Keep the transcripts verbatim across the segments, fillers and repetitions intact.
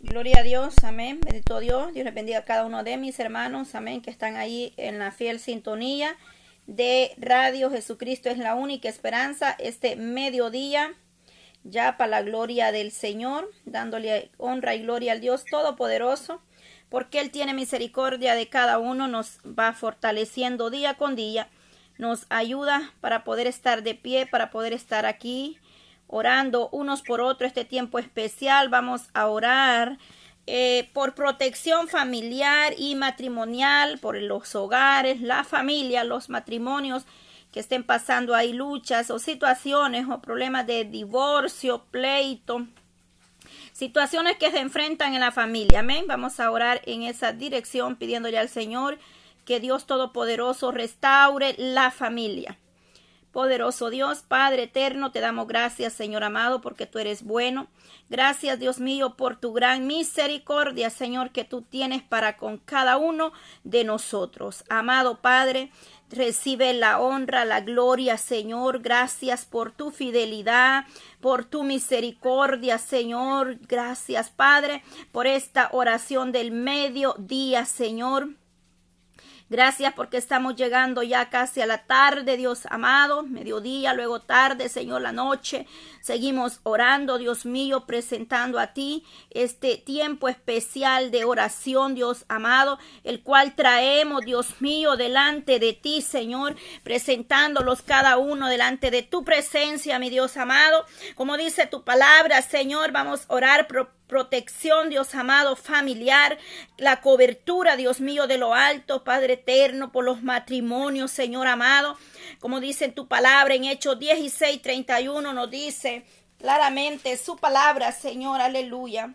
Gloria a Dios, amén, bendito Dios, Dios les bendiga a cada uno de mis hermanos, amén, que están ahí en la fiel sintonía de Radio Jesucristo es la única esperanza, este mediodía, ya para la gloria del Señor, dándole honra y gloria al Dios Todopoderoso, porque Él tiene misericordia de cada uno, nos va fortaleciendo día con día, nos ayuda para poder estar de pie, para poder estar aquí, orando unos por otros este tiempo especial. Vamos a orar eh, por protección familiar y matrimonial, por los hogares, la familia, los matrimonios que estén pasando ahí luchas o situaciones o problemas de divorcio, pleito, situaciones que se enfrentan en la familia. Amén. Vamos a orar en esa dirección pidiéndole al Señor que Dios Todopoderoso restaure la familia. Poderoso Dios, Padre eterno, te damos gracias, Señor amado, porque tú eres bueno. Gracias, Dios mío, por tu gran misericordia, Señor, que tú tienes para con cada uno de nosotros. Amado Padre, recibe la honra, la gloria, Señor. Gracias por tu fidelidad, por tu misericordia, Señor. Gracias, Padre, por esta oración del mediodía, Señor. Gracias porque estamos llegando ya casi a la tarde, Dios amado, mediodía, luego tarde, Señor, la noche. Seguimos orando, Dios mío, presentando a ti este tiempo especial de oración, Dios amado, el cual traemos, Dios mío, delante de ti, Señor, presentándolos cada uno delante de tu presencia, mi Dios amado. Como dice tu palabra, Señor, vamos a orar por protección, Dios amado, familiar, la cobertura, Dios mío, de lo alto, Padre eterno, por los matrimonios, Señor amado, como dice en tu palabra en Hechos dieciséis, treinta y uno, nos dice claramente su palabra, Señor, aleluya,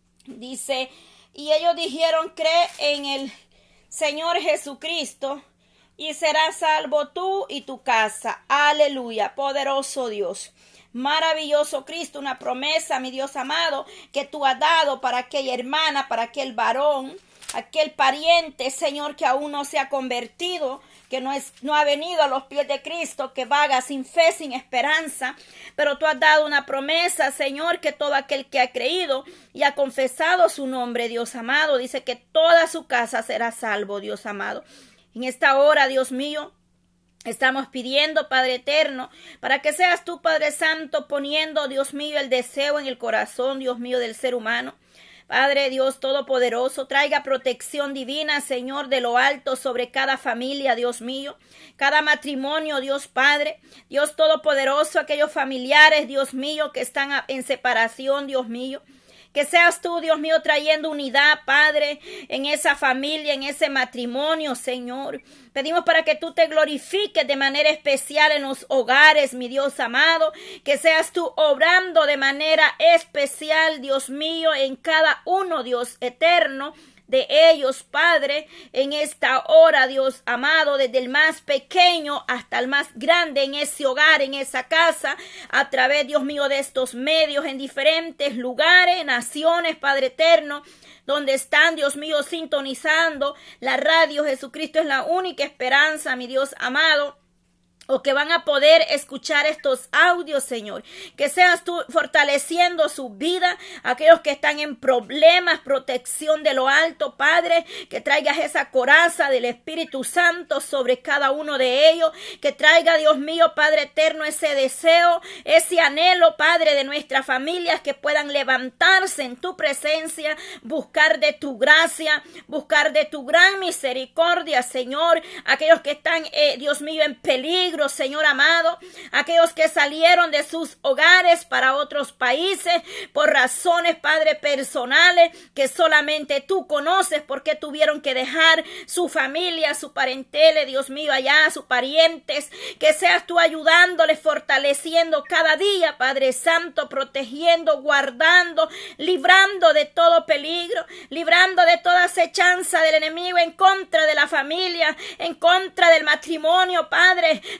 dice, y ellos dijeron, cree en el Señor Jesucristo y serás salvo tú y tu casa, aleluya, poderoso Dios. Maravilloso Cristo, una promesa, mi Dios amado, que tú has dado para aquella hermana, para aquel varón, aquel pariente, Señor, que aún no se ha convertido, que no, es, no ha venido a los pies de Cristo, que vaga sin fe, sin esperanza. Pero tú has dado una promesa, Señor, que todo aquel que ha creído y ha confesado su nombre, Dios amado, dice que toda su casa será salvo, Dios amado. En esta hora, Dios mío, estamos pidiendo, Padre eterno, para que seas tú, Padre Santo, poniendo, Dios mío, el deseo en el corazón, Dios mío, del ser humano. Padre Dios Todopoderoso, traiga protección divina, Señor, de lo alto sobre cada familia, Dios mío, cada matrimonio, Dios Padre, Dios Todopoderoso, aquellos familiares, Dios mío, que están en separación, Dios mío. Que seas tú, Dios mío, trayendo unidad, Padre, en esa familia, en ese matrimonio, Señor. Pedimos para que tú te glorifiques de manera especial en los hogares, mi Dios amado. Que seas tú obrando de manera especial, Dios mío, en cada uno, Dios eterno, de ellos, Padre, en esta hora, Dios amado, desde el más pequeño hasta el más grande en ese hogar, en esa casa, a través, Dios mío, de estos medios en diferentes lugares, naciones, Padre eterno, donde están, Dios mío, sintonizando la radio. Jesucristo es la única esperanza, mi Dios amado, o que van a poder escuchar estos audios, Señor. Que seas tú fortaleciendo su vida, aquellos que están en problemas, protección de lo alto, Padre, que traigas esa coraza del Espíritu Santo sobre cada uno de ellos, que traiga, Dios mío, Padre eterno, ese deseo, ese anhelo, Padre, de nuestras familias, que puedan levantarse en tu presencia, buscar de tu gracia, buscar de tu gran misericordia, Señor, aquellos que están, eh, Dios mío, en peligro, Señor amado, aquellos que salieron de sus hogares para otros países por razones, Padre, personales que solamente tú conoces, porque tuvieron que dejar su familia, su parentela, Dios mío, allá, sus parientes, que seas tú ayudándoles, fortaleciendo cada día, Padre Santo, protegiendo, guardando, librando de todo peligro, librando de toda acechanza del enemigo en contra de la familia, en contra del matrimonio, Padre.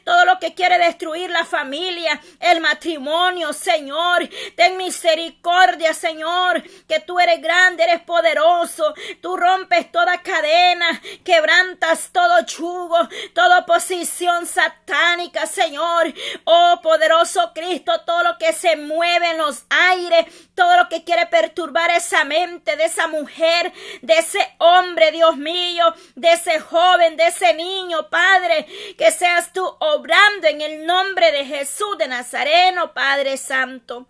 todo lo que quiere destruir la familia, el matrimonio, Señor. Ten misericordia, Señor, que tú eres grande, eres poderoso. Tú rompes toda cadena, quebrantas todo yugo, toda oposición satánica, Señor. Oh, poderoso Cristo, todo lo que se mueve en los aires, todo lo que quiere perturbar esa mente de esa mujer, de ese hombre, Dios mío, de ese joven, de ese niño, Padre, que seas tú obrando en el nombre de Jesús de Nazareno, Padre Santo.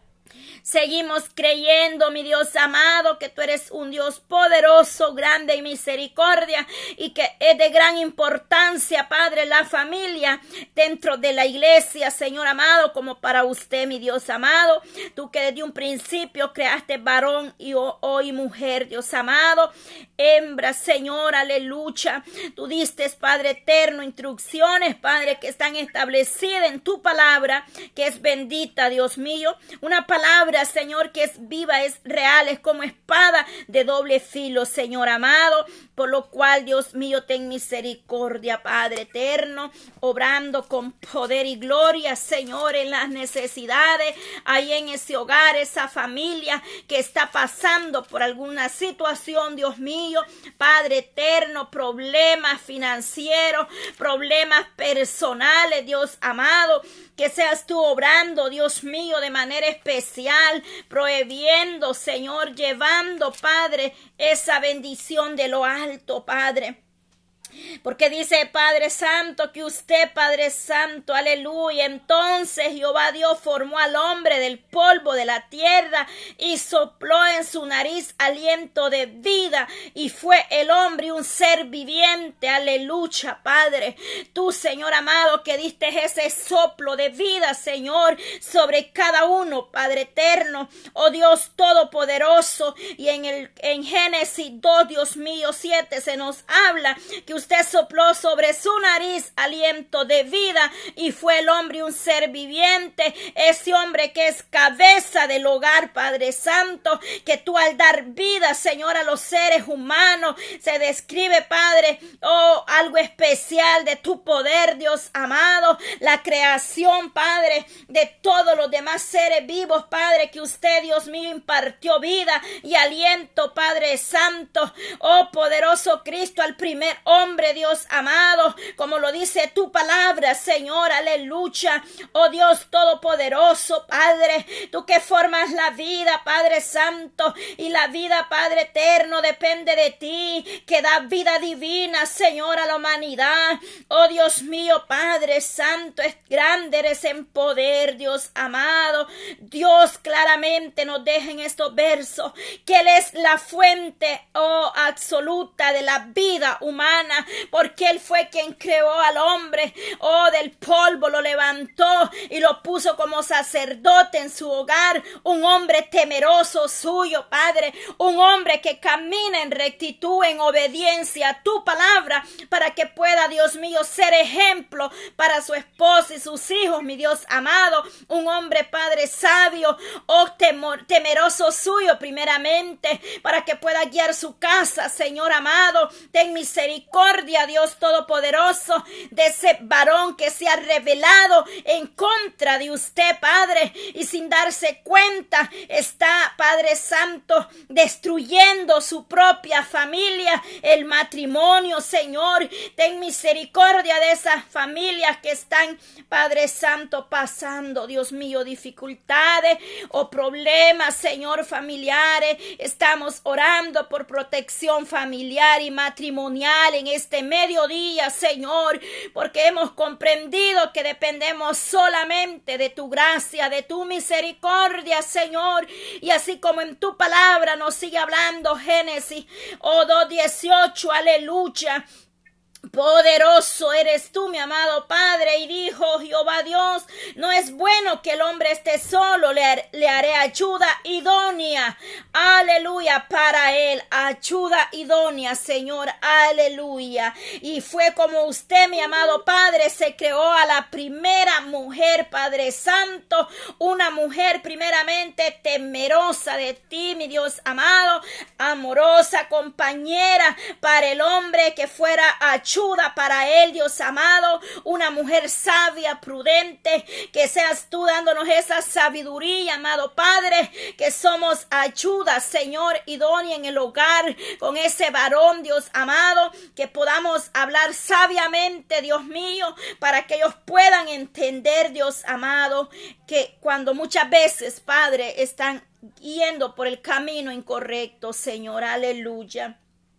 Seguimos creyendo, mi Dios amado, que tú eres un Dios poderoso, grande y misericordia, y que es de gran importancia, Padre, la familia dentro de la iglesia, Señor amado, como para usted, mi Dios amado. Tú que desde un principio creaste varón y hoy mujer, Dios amado, hembra, Señor, aleluya. Tú diste, Padre eterno, instrucciones, Padre, que están establecidas en tu palabra, que es bendita, Dios mío. Una palabra, Señor, que es viva, es real, es como espada de doble filo, Señor amado, por lo cual, Dios mío, ten misericordia, Padre eterno, obrando con poder y gloria, Señor, en las necesidades, ahí en ese hogar, esa familia que está pasando por alguna situación, Dios mío, Padre eterno, problemas financieros, problemas personales, Dios amado, que seas tú obrando, Dios mío, de manera especial, prohibiendo, Señor, llevando, Padre, esa bendición de lo alto, Padre. Porque dice Padre Santo que usted, Padre Santo, aleluya, entonces Jehová Dios formó al hombre del polvo de la tierra y sopló en su nariz aliento de vida y fue el hombre un ser viviente, aleluya, Padre. Tú, Señor amado, que diste ese soplo de vida, Señor, sobre cada uno, Padre eterno, oh Dios todopoderoso, y en el en Génesis dos, Dios mío, siete se nos habla que usted sopló sobre su nariz aliento de vida y fue el hombre un ser viviente, ese hombre que es cabeza del hogar, Padre Santo, que tú al dar vida, Señor, a los seres humanos, se describe, Padre, oh, algo especial de tu poder, Dios amado, la creación, Padre, de todos los demás seres vivos, Padre, que usted, Dios mío, impartió vida y aliento, Padre Santo, oh, poderoso Cristo, al primer hombre, Dios amado, como lo dice tu palabra, Señor, aleluya, oh Dios todopoderoso, Padre, tú que formas la vida, Padre Santo, y la vida, Padre eterno, depende de ti, que da vida divina, Señor, a la humanidad, oh Dios mío, Padre Santo, es grande, eres en poder, Dios amado, Dios claramente nos deja en estos versos, que Él es la fuente, oh, absoluta de la vida humana, porque Él fue quien creó al hombre, oh, del polvo lo levantó y lo puso como sacerdote en su hogar, un hombre temeroso suyo, Padre, un hombre que camina en rectitud, en obediencia a tu palabra, para que pueda, Dios mío, ser ejemplo para su esposa y sus hijos, mi Dios amado, un hombre, Padre sabio, oh, temor, temeroso suyo primeramente, para que pueda guiar su casa, Señor amado, ten misericordia, Dios todopoderoso, de ese varón que se ha revelado en contra de usted, Padre, y sin darse cuenta está, Padre Santo, destruyendo su propia familia, el matrimonio, Señor, ten misericordia de esas familias que están, Padre Santo, pasando, Dios mío, dificultades o problemas, Señor, familiares. Estamos orando por protección familiar y matrimonial en este mediodía, Señor, porque hemos comprendido que dependemos solamente de tu gracia, de tu misericordia, Señor, y así como en tu palabra nos sigue hablando Génesis, oh, dos dieciocho, aleluya. Poderoso eres tú, mi amado Padre, y dijo Jehová Dios, no es bueno que el hombre esté solo, le, le haré ayuda idónea, aleluya, para él, ayuda idónea, Señor, aleluya. Y fue como usted, mi amado Padre, se creó a la primera mujer, Padre Santo, una mujer primeramente temerosa de ti, mi Dios amado, amorosa, compañera para el hombre, que fuera ayuda ayuda para él, Dios amado, una mujer sabia, prudente, que seas tú dándonos esa sabiduría, amado Padre, que somos ayuda, Señor, idónea en el hogar con ese varón, Dios amado, que podamos hablar sabiamente, Dios mío, para que ellos puedan entender, Dios amado, que cuando muchas veces, Padre, están yendo por el camino incorrecto, Señor, aleluya.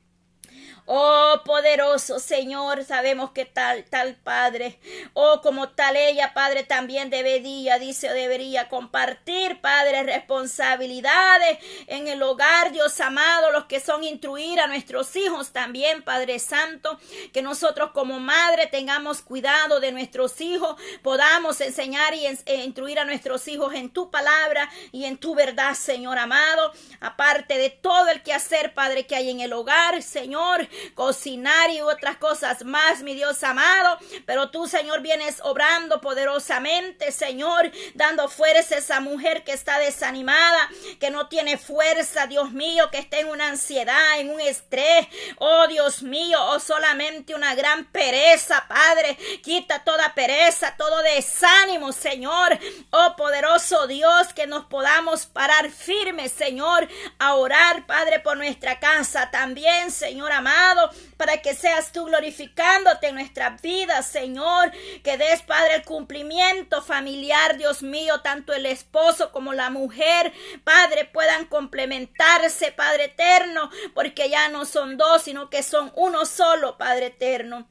Oh, poderoso Señor, sabemos que tal, tal Padre, oh, como tal ella, Padre, también debería, dice, debería compartir, Padre, responsabilidades en el hogar, Dios amado, los que son instruir a nuestros hijos también, Padre Santo, que nosotros como madre tengamos cuidado de nuestros hijos, podamos enseñar y e instruir a nuestros hijos en tu palabra y en tu verdad, Señor amado, aparte de todo el quehacer, Padre, que hay en el hogar, Señor, cocinar y otras cosas más, mi Dios amado, pero tú, Señor, vienes obrando poderosamente, Señor, dando fuerza a esa mujer que está desanimada, que no tiene fuerza, Dios mío, que está en una ansiedad, en un estrés, oh Dios mío, o solamente una gran pereza, Padre, quita toda pereza, todo desánimo, Señor, oh poderoso Dios, que nos podamos parar firmes, Señor, a orar, Padre, por nuestra casa también, Señor amado, para que seas tú glorificándote en nuestras vidas, Señor, que des, Padre, el cumplimiento familiar, Dios mío, tanto el esposo como la mujer, Padre, puedan complementarse, Padre eterno, porque ya no son dos, sino que son uno solo, Padre eterno.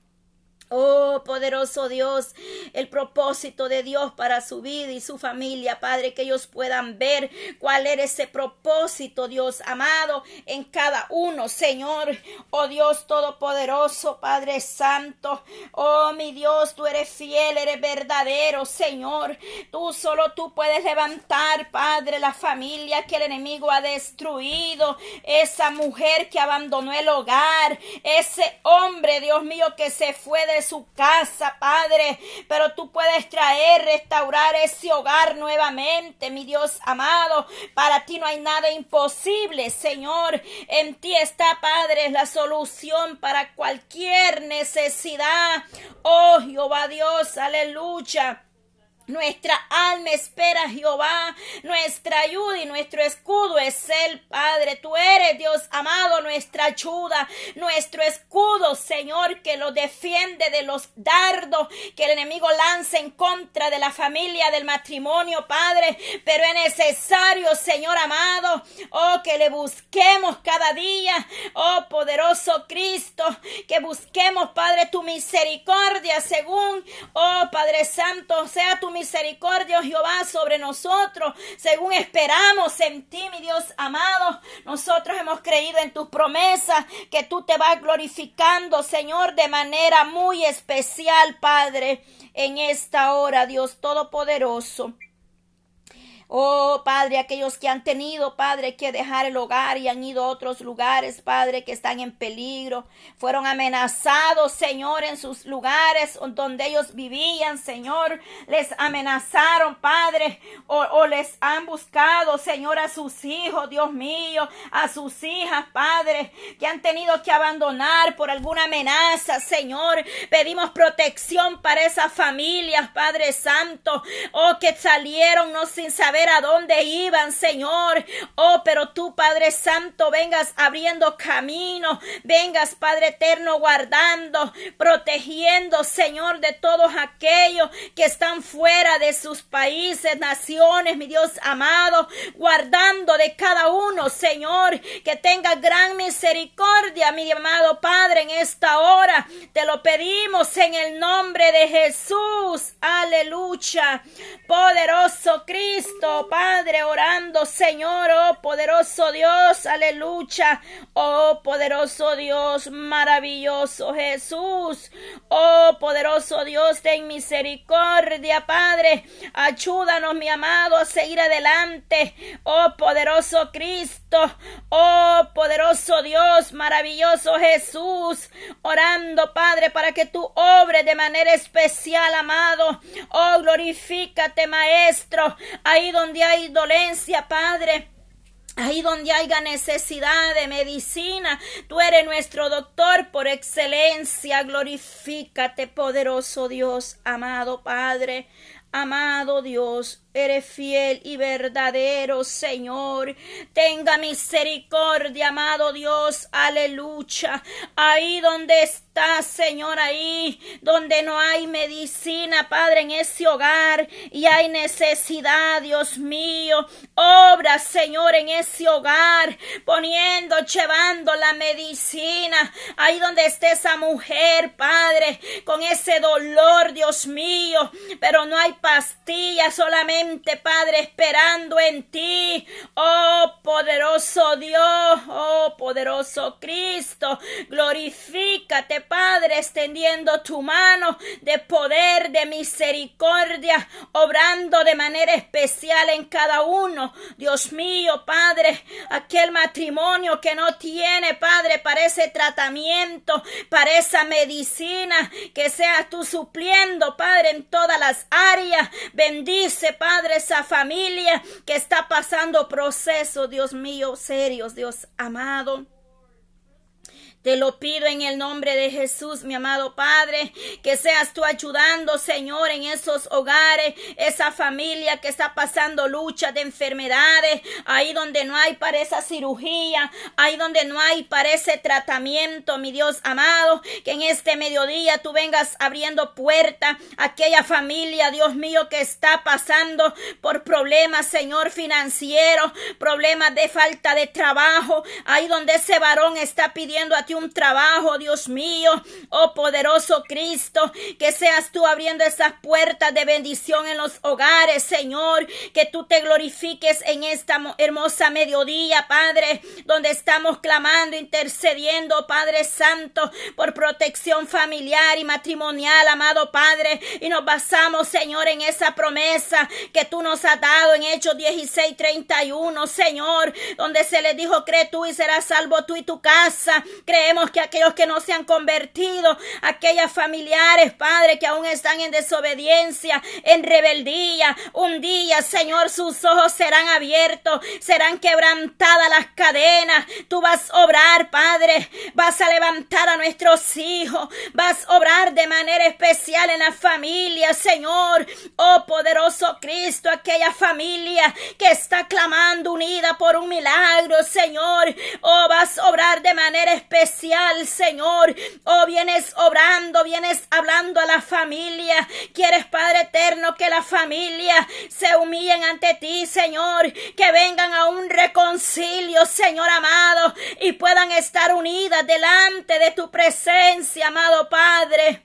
Oh, poderoso Dios, el propósito de Dios para su vida y su familia, Padre, que ellos puedan ver cuál era ese propósito, Dios amado, en cada uno, Señor. Oh, Dios todopoderoso, Padre santo. Oh, mi Dios, tú eres fiel, eres verdadero, Señor. Tú, solo tú puedes levantar, Padre, la familia que el enemigo ha destruido. Esa mujer que abandonó el hogar. Ese hombre, Dios mío, que se fue de su casa, Padre, pero tú puedes traer, restaurar ese hogar nuevamente, mi Dios amado. Para ti no hay nada imposible, Señor. En ti está, Padre, la solución para cualquier necesidad. Oh, Jehová Dios, aleluya. Nuestra alma espera a Jehová, nuestra ayuda y nuestro escudo es Él, Padre. Tú eres, Dios amado, nuestra ayuda, nuestro escudo, Señor, que lo defiende de los dardos que el enemigo lanza en contra de la familia, del matrimonio, Padre. Pero es necesario, Señor amado, oh, que le busquemos cada día, oh, poderoso Cristo, que busquemos, Padre, tu misericordia según, oh, Padre Santo, sea tu misericordia, Jehová, sobre nosotros, según esperamos en ti, mi Dios amado. Nosotros hemos creído en tus promesas, que tú te vas glorificando, Señor, de manera muy especial, Padre, en esta hora, Dios Todopoderoso. Oh, Padre, aquellos que han tenido, Padre, que dejar el hogar y han ido a otros lugares, Padre, que están en peligro, fueron amenazados, Señor, en sus lugares donde ellos vivían, Señor, les amenazaron, Padre, o, o les han buscado, Señor, a sus hijos, Dios mío, a sus hijas, Padre, que han tenido que abandonar por alguna amenaza, Señor. Pedimos protección para esas familias, Padre Santo, oh, que salieron no sin saber a dónde iban, Señor. Oh, pero tú, Padre Santo, vengas abriendo camino, vengas, Padre eterno, guardando, protegiendo, Señor, de todos aquellos que están fuera de sus países, naciones, mi Dios amado, guardando de cada uno, Señor, que tenga gran misericordia, mi amado Padre, en esta hora. Te lo pedimos en el nombre de Jesús. Aleluya. Poderoso Cristo, Padre, orando, Señor, oh poderoso Dios, aleluya, oh poderoso Dios, maravilloso Jesús, oh poderoso Dios, ten misericordia, Padre, ayúdanos, mi amado, a seguir adelante, oh poderoso Cristo, oh poderoso Dios, maravilloso Jesús, orando, Padre, para que tú obres de manera especial, amado, oh glorifícate, Maestro, ahí donde hay dolencia, Padre, Ahí donde haya necesidad de medicina, tú eres nuestro doctor por excelencia. Glorifícate, poderoso Dios, amado Padre. Amado Dios, eres fiel y verdadero, Señor. Tenga misericordia, amado Dios, aleluya. Ahí donde está, Señor, ahí donde no hay medicina, Padre, en ese hogar y hay necesidad, Dios mío. Obra, Señor, en ese hogar, poniendo, llevando la medicina. Ahí donde esté esa mujer, Padre, con ese dolor, Dios mío, pero no hay pastillas, solamente, Padre, esperando en ti. Oh, poderoso Dios, oh, poderoso Cristo, glorifícate, Padre, extendiendo tu mano de poder, de misericordia, obrando de manera especial en cada uno. Dios mío, Padre, aquel matrimonio que no tiene, Padre, para ese tratamiento, para esa medicina, que seas tú supliendo, Padre, en todas las áreas. Bendice, Padre, esa familia que está pasando procesos, Dios mío, serios, Dios amado. Te lo pido en el nombre de Jesús, mi amado Padre, que seas tú ayudando, Señor, en esos hogares, esa familia que está pasando luchas de enfermedades, ahí donde no hay para esa cirugía, ahí donde no hay para ese tratamiento, mi Dios amado, que en este mediodía tú vengas abriendo puerta a aquella familia, Dios mío, que está pasando por problemas, Señor, financieros, problemas de falta de trabajo, ahí donde ese varón está pidiendo a ti un trabajo, Dios mío, oh poderoso Cristo, que seas tú abriendo esas puertas de bendición en los hogares, Señor, que tú te glorifiques en esta hermosa mediodía, Padre, donde estamos clamando, intercediendo, Padre Santo, por protección familiar y matrimonial, amado Padre, y nos basamos, Señor, en esa promesa que tú nos has dado en Hechos dieciséis treinta y uno, Señor, donde se les dijo, cree tú y serás salvo tú y tu casa. Creemos que aquellos que no se han convertido, aquellas familiares, Padre, que aún están en desobediencia, en rebeldía, un día, Señor, sus ojos serán abiertos, serán quebrantadas las cadenas. Tú vas a obrar, Padre, vas a levantar a nuestros hijos, vas a obrar de manera especial en la familia, Señor. Oh, poderoso Cristo, aquella familia que está clamando unida por un milagro, Señor. Oh, vas a obrar de manera especial, Señor. Oh, vienes obrando, vienes hablando a la familia. Quieres, Padre eterno, que la familia se humillen ante ti, Señor, que vengan a un reconcilio, Señor amado, y puedan estar unidas delante de tu presencia, amado Padre.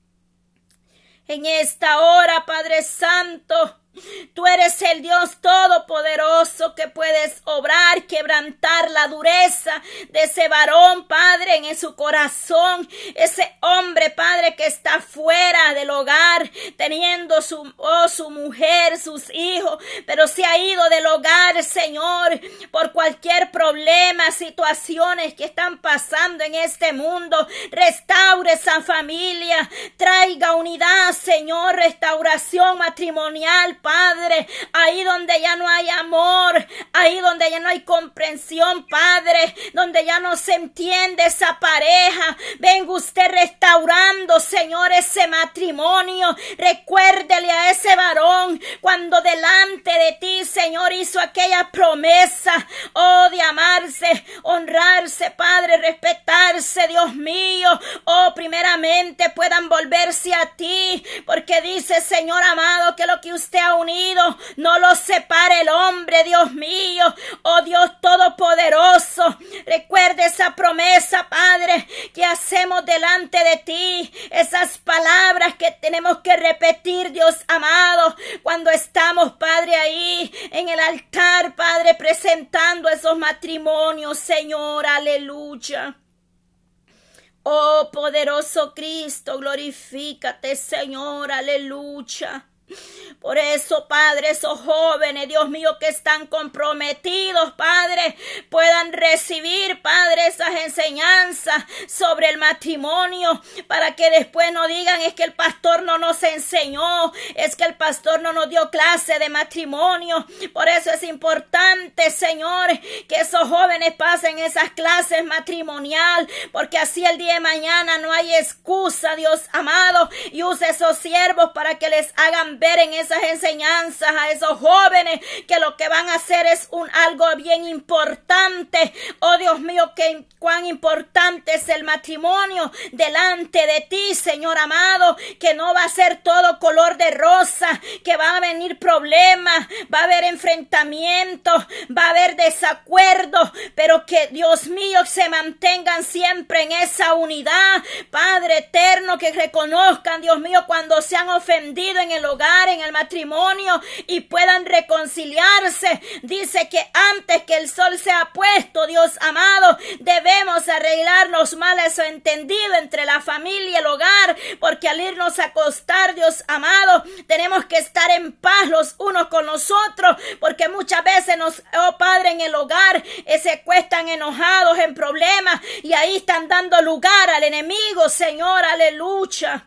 En esta hora, Padre Santo, tú eres el Dios todopoderoso que puedes obrar, quebrantar la dureza de ese varón, Padre, en su corazón. Ese hombre, Padre, que está fuera del hogar, teniendo su, oh, su mujer, sus hijos, pero se ha ido del hogar, Señor, por cualquier problema, situaciones que están pasando en este mundo. Restaure esa familia, traiga unidad, Señor, restauración matrimonial, Padre, ahí donde ya no hay amor, ahí donde ya no hay comprensión, Padre, donde ya no se entiende esa pareja, venga usted restaurando, Señor, ese matrimonio. Recuérdele a ese varón cuando delante de ti, Señor, hizo aquella promesa, oh, de amarse, honrarse, Padre, respetarse, Dios mío. Oh, primeramente puedan volverse a ti, porque dice, Señor amado, que lo que usted ha unido no lo separe el hombre, Dios mío. Oh, Dios todopoderoso, recuerde esa promesa, Padre, que hacemos delante de ti, esas palabras que tenemos que repetir, Dios amado, cuando estamos, Padre, ahí en el altar, Padre, presentando esos matrimonios, Señor, aleluya. Oh, poderoso Cristo, glorifícate, Señor, aleluya. Por eso, Padre, esos jóvenes, Dios mío, que están comprometidos, Padre, puedan recibir, Padre, esas enseñanzas sobre el matrimonio, para que después no digan, es que el pastor no nos enseñó, es que el pastor no nos dio clase de matrimonio. Por eso es importante, Señor, que esos jóvenes pasen esas clases matrimonial, porque así el día de mañana no hay excusa, Dios amado, y use esos siervos para que les hagan ver en esas enseñanzas a esos jóvenes que lo que van a hacer es un algo bien importante. Oh Dios mío, que cuán importante es el matrimonio delante de ti, Señor amado, que no va a ser todo color de rosa, que van a venir problemas, va a haber enfrentamientos, va a haber desacuerdos, pero que Dios mío se mantengan siempre en esa unidad, Padre eterno, que reconozcan, Dios mío, cuando se han ofendido en el hogar, en el matrimonio, y puedan reconciliarse. Dice que antes que el sol sea puesto, Dios amado, debemos arreglar los males o entendidos entre la familia y el hogar, porque al irnos a acostar, Dios amado, tenemos que estar en paz los unos con los otros, porque muchas veces nos, oh Padre, en el hogar eh, se acuestan enojados en problemas y ahí están dando lugar al enemigo, Señor, aleluya.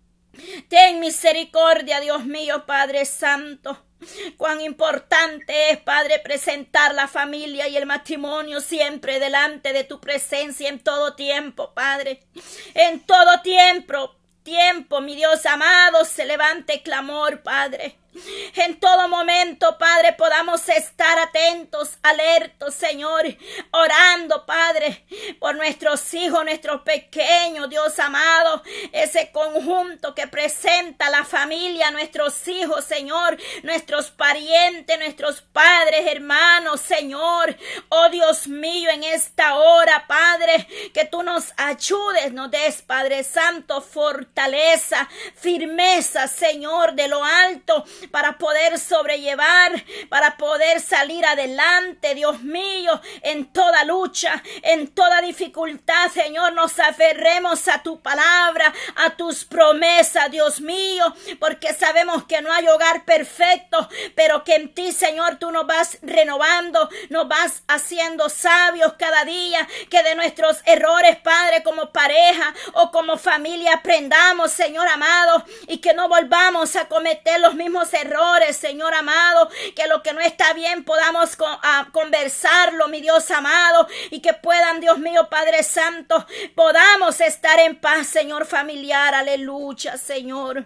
Ten misericordia, Dios mío, Padre Santo. Cuán importante es, Padre, presentar la familia y el matrimonio siempre delante de tu presencia en todo tiempo, Padre. En todo tiempo, tiempo, mi Dios amado, se levante clamor, Padre. En todo momento, Padre, podamos estar atentos, alertos, Señor, orando, Padre, por nuestros hijos, nuestros pequeños, Dios amado, ese conjunto que presenta la familia, nuestros hijos, Señor, nuestros parientes, nuestros padres, hermanos, Señor. Oh Dios mío, en esta hora, Padre, que tú nos ayudes, nos des, Padre Santo, fortaleza, firmeza, Señor, de lo alto, para poder sobrellevar, para poder salir adelante, Dios mío, en toda lucha, en toda dificultad, Señor, nos aferremos a tu palabra, a tus promesas, Dios mío, porque sabemos que no hay hogar perfecto, pero que en ti, Señor, tú nos vas renovando, nos vas haciendo sabios cada día, que de nuestros errores, Padre, como pareja o como familia aprendamos, Señor amado, y que no volvamos a cometer los mismos errores, Señor amado, que lo que no está bien podamos con, a, conversarlo, mi Dios amado, y que puedan, Dios mío, Padre Santo, podamos estar en paz, Señor familiar, aleluya, Señor.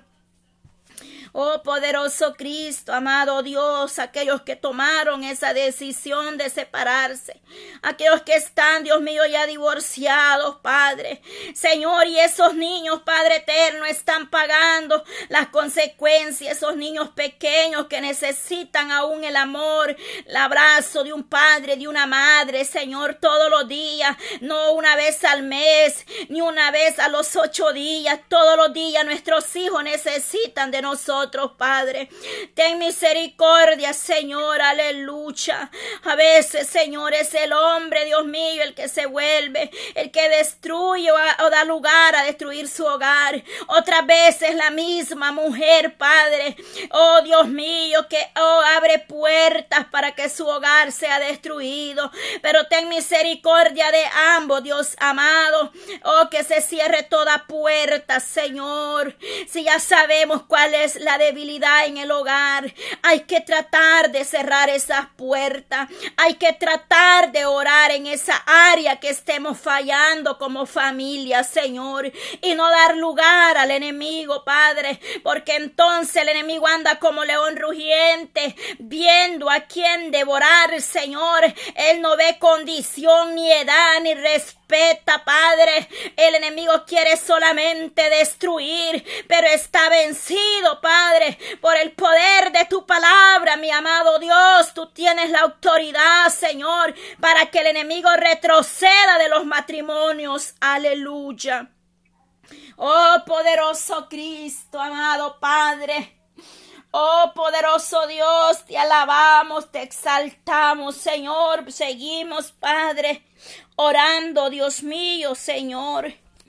Oh poderoso Cristo, amado Dios, aquellos que tomaron esa decisión de separarse, aquellos que están, Dios mío, ya divorciados, Padre, Señor, y esos niños, Padre eterno, están pagando las consecuencias, esos niños pequeños que necesitan aún el amor, el abrazo de un padre, de una madre, Señor, todos los días, no una vez al mes, ni una vez a los ocho días, todos los días nuestros hijos necesitan de nosotros, Padre. Ten misericordia, Señor, aleluya. A veces, Señor, es el hombre, Dios mío, el que se vuelve, el que destruye o, a, o da lugar a destruir su hogar. Otras veces la misma mujer, Padre, oh Dios mío, que oh, abre puertas para que su hogar sea destruido. Pero ten misericordia de ambos, Dios amado. Oh, que se cierre toda puerta, Señor. Si ya sabemos cuál es la debilidad en el hogar, hay que tratar de cerrar esas puertas, hay que tratar de orar en esa área que estemos fallando como familia, Señor, y no dar lugar al enemigo, Padre, porque entonces el enemigo anda como león rugiente, viendo a quién devorar, Señor. Él no ve condición, ni edad, ni respeta, Padre. El enemigo quiere solamente destruir, pero está vencido, Padre, por el poder de tu palabra, mi amado Dios. Tú tienes la autoridad, Señor, para que el enemigo retroceda de los matrimonios. Aleluya. Oh, poderoso Cristo, amado Padre. Oh, poderoso Dios, te alabamos, te exaltamos, Señor. Seguimos, Padre, orando, Dios mío, Señor.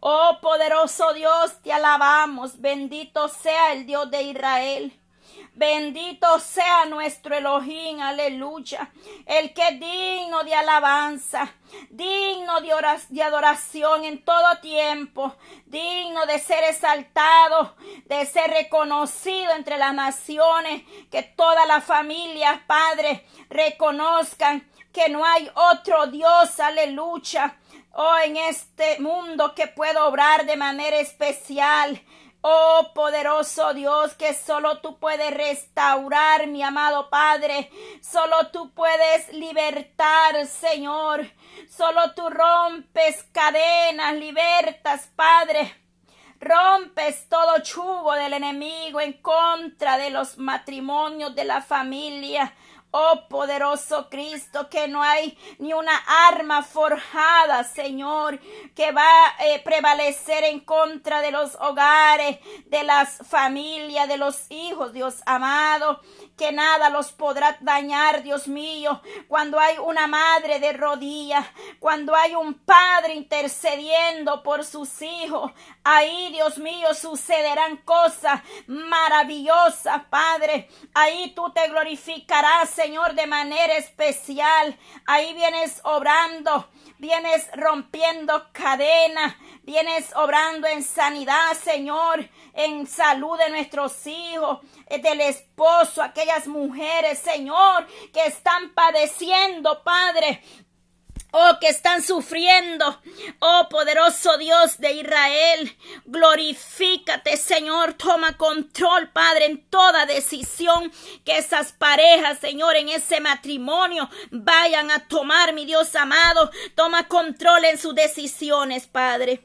Oh poderoso Dios, te alabamos. Bendito sea el Dios de Israel. Bendito sea nuestro Elohim, aleluya, el que es digno de alabanza, digno de, de adoración en todo tiempo, digno de ser exaltado, de ser reconocido entre las naciones, que todas las familias, Padre, reconozcan que no hay otro Dios, aleluya, oh, en este mundo que pueda obrar de manera especial. Oh poderoso Dios, que solo tú puedes restaurar, mi amado Padre. Solo tú puedes libertar, Señor. Solo tú rompes cadenas, libertas, Padre. Rompes todo yugo del enemigo en contra de los matrimonios de la familia. Oh poderoso Cristo, que no hay ni una arma forjada, Señor, que va a eh, prevalecer en contra de los hogares, de las familias, de los hijos, Dios amado, que nada los podrá dañar, Dios mío, cuando hay una madre de rodillas, cuando hay un padre intercediendo por sus hijos, ahí, Dios mío, sucederán cosas maravillosas, Padre, ahí tú te glorificarás, Señor, de manera especial. Ahí vienes obrando, vienes rompiendo cadenas, vienes obrando en sanidad, Señor, en salud de nuestros hijos, del esposo, aquellas mujeres, Señor, que están padeciendo, Padre, oh, que están sufriendo. Oh, poderoso Dios de Israel, glorifícate, Señor. Toma control, Padre, en toda decisión que esas parejas, Señor, en ese matrimonio vayan a tomar, mi Dios amado. Toma control en sus decisiones, Padre.